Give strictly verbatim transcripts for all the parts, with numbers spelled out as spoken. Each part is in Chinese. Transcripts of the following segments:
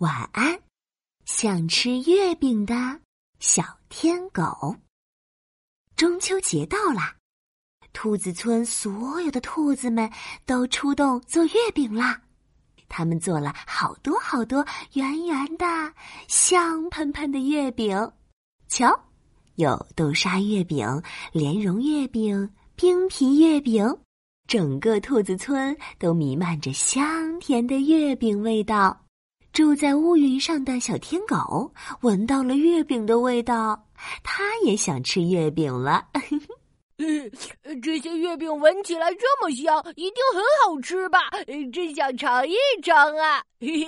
晚安，想吃月饼的小天狗。中秋节到啦，兔子村所有的兔子们都出动做月饼啦。他们做了好多好多圆圆的、香喷喷的月饼。瞧，有豆沙月饼、莲蓉月饼、冰皮月饼，整个兔子村都弥漫着香甜的月饼味道。住在乌云上的小天狗闻到了月饼的味道，他也想吃月饼了。 嗯，这些月饼闻起来这么香，一定很好吃吧？真想尝一尝啊！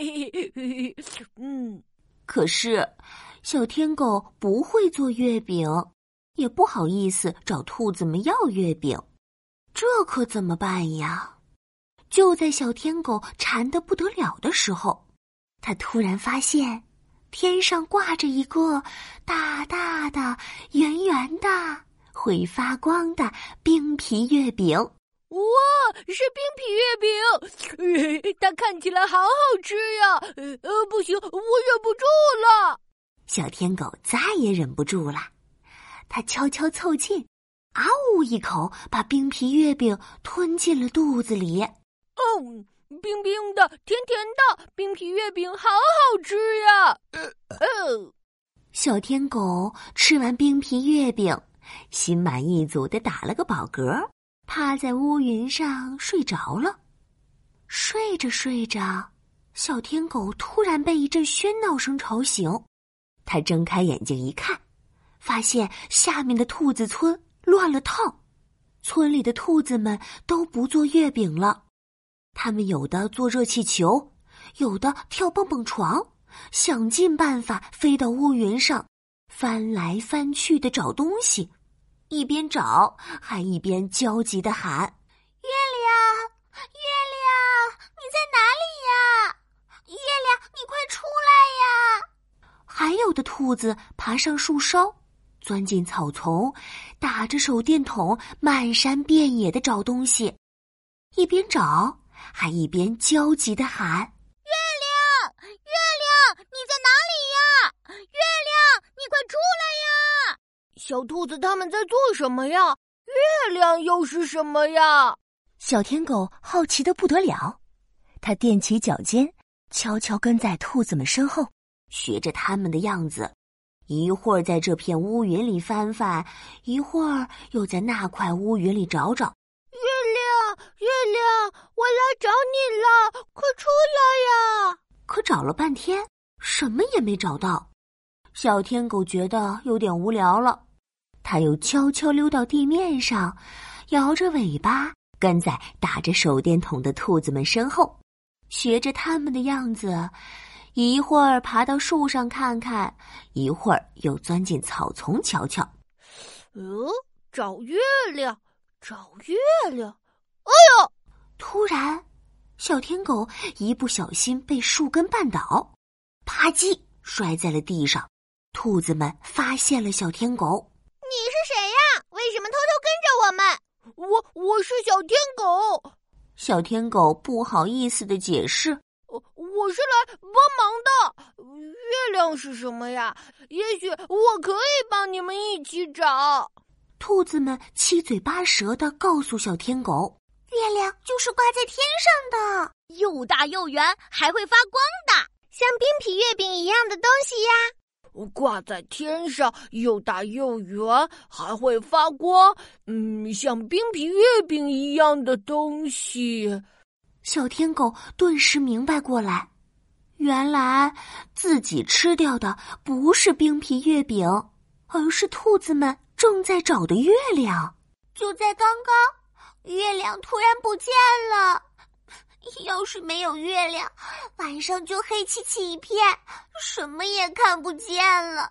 嗯， 可是小天狗不会做月饼，也不好意思找兔子们要月饼，这可怎么办呀？就在小天狗馋得不得了的时候，他突然发现天上挂着一个大大的、圆圆的、会发光的冰皮月饼。 哇，是冰皮月饼！它看起来好好吃呀！呃，不行，我忍不住了。 小天狗再也忍不住了，他悄悄凑近，啊呜一口把冰皮月饼吞进了肚子里。 哦，冰冰的，甜甜的，冰皮月饼好好吃呀！呃， 小天狗吃完冰皮月饼，心满意足地打了个饱嗝，趴在乌云上睡着了。睡着睡着，小天狗突然被一阵喧闹声吵醒。他睁开眼睛一看，发现下面的兔子村乱了套，村里的兔子们都不做月饼了。他们有的做热气球，有的跳蹦蹦床，想尽办法飞到乌云上，翻来翻去的找东西，一边找还一边焦急地喊：月亮，月亮，你在哪里呀？月亮，你快出来呀！还有的兔子爬上树梢，钻进草丛，打着手电筒漫山遍野地找东西，一边找还一边焦急地喊：月亮，月亮，你在哪里呀？月亮，你快出来呀！ 小兔子他们在做什么呀？月亮又是什么呀？ 小天狗好奇得不得了，他踮起脚尖，悄悄跟在兔子们身后，学着他们的样子，一会儿在这片乌云里翻翻，一会儿又在那块乌云里找找。 月亮，月亮，我来找你了，快出来呀！ 可找了半天，什么也没找到。小天狗觉得有点无聊了，他又悄悄溜到地面上，摇着尾巴跟在打着手电筒的兔子们身后，学着他们的样子，一会儿爬到树上看看，一会儿又钻进草丛瞧瞧。 呃，找月亮，找月亮！哎呦！ 突然，小天狗一不小心被树根绊倒，啪叽摔在了地上。兔子们发现了小天狗。 你是谁呀？为什么偷偷跟着我们？ 我我是小天狗。 小天狗不好意思地解释： 我我是来帮忙的。月亮是什么呀？也许我可以帮你们一起找。 兔子们七嘴八舌地告诉小天狗： 月亮就是挂在天上的，又大又圆，还会发光的，像冰皮月饼一样的东西呀。 挂在天上，又大又圆，还会发光，嗯，像冰皮月饼一样的东西。 小天狗顿时明白过来，原来自己吃掉的不是冰皮月饼，而是兔子们正在找的月亮。 就在刚刚，月亮突然不见了。要是没有月亮，晚上就黑漆漆一片，什么也看不见了。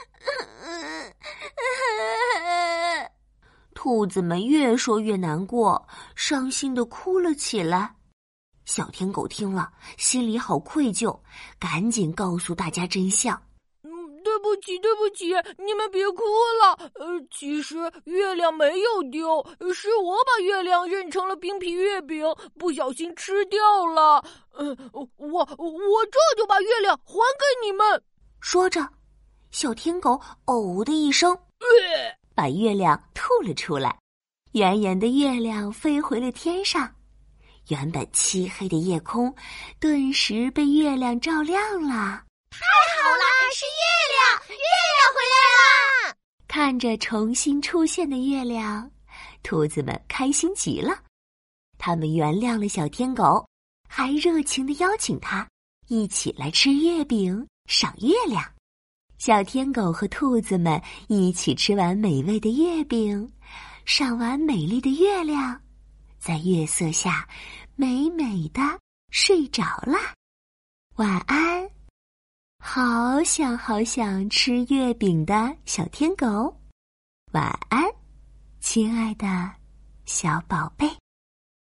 兔子们越说越难过，伤心地哭了起来。小天狗听了，心里好愧疚，赶紧告诉大家真相。 嗯，对不不起，对不起，你们别哭了。呃，其实月亮没有丢，是我把月亮认成了冰皮月饼，不小心吃掉了。呃，我我这就把月亮还给你们。 说着，小天狗哦的一声， 呃、 把月亮吐了出来。圆圆的月亮飞回了天上，原本漆黑的夜空顿时被月亮照亮了。 太好了，是月亮，月亮回来了！ 看着重新出现的月亮，兔子们开心极了。他们原谅了小天狗，还热情地邀请他一起来吃月饼、赏月亮。小天狗和兔子们一起吃完美味的月饼，赏完美丽的月亮，在月色下美美的睡着了。晚安，好想好想吃月饼的小天狗。晚安，亲爱的小宝贝。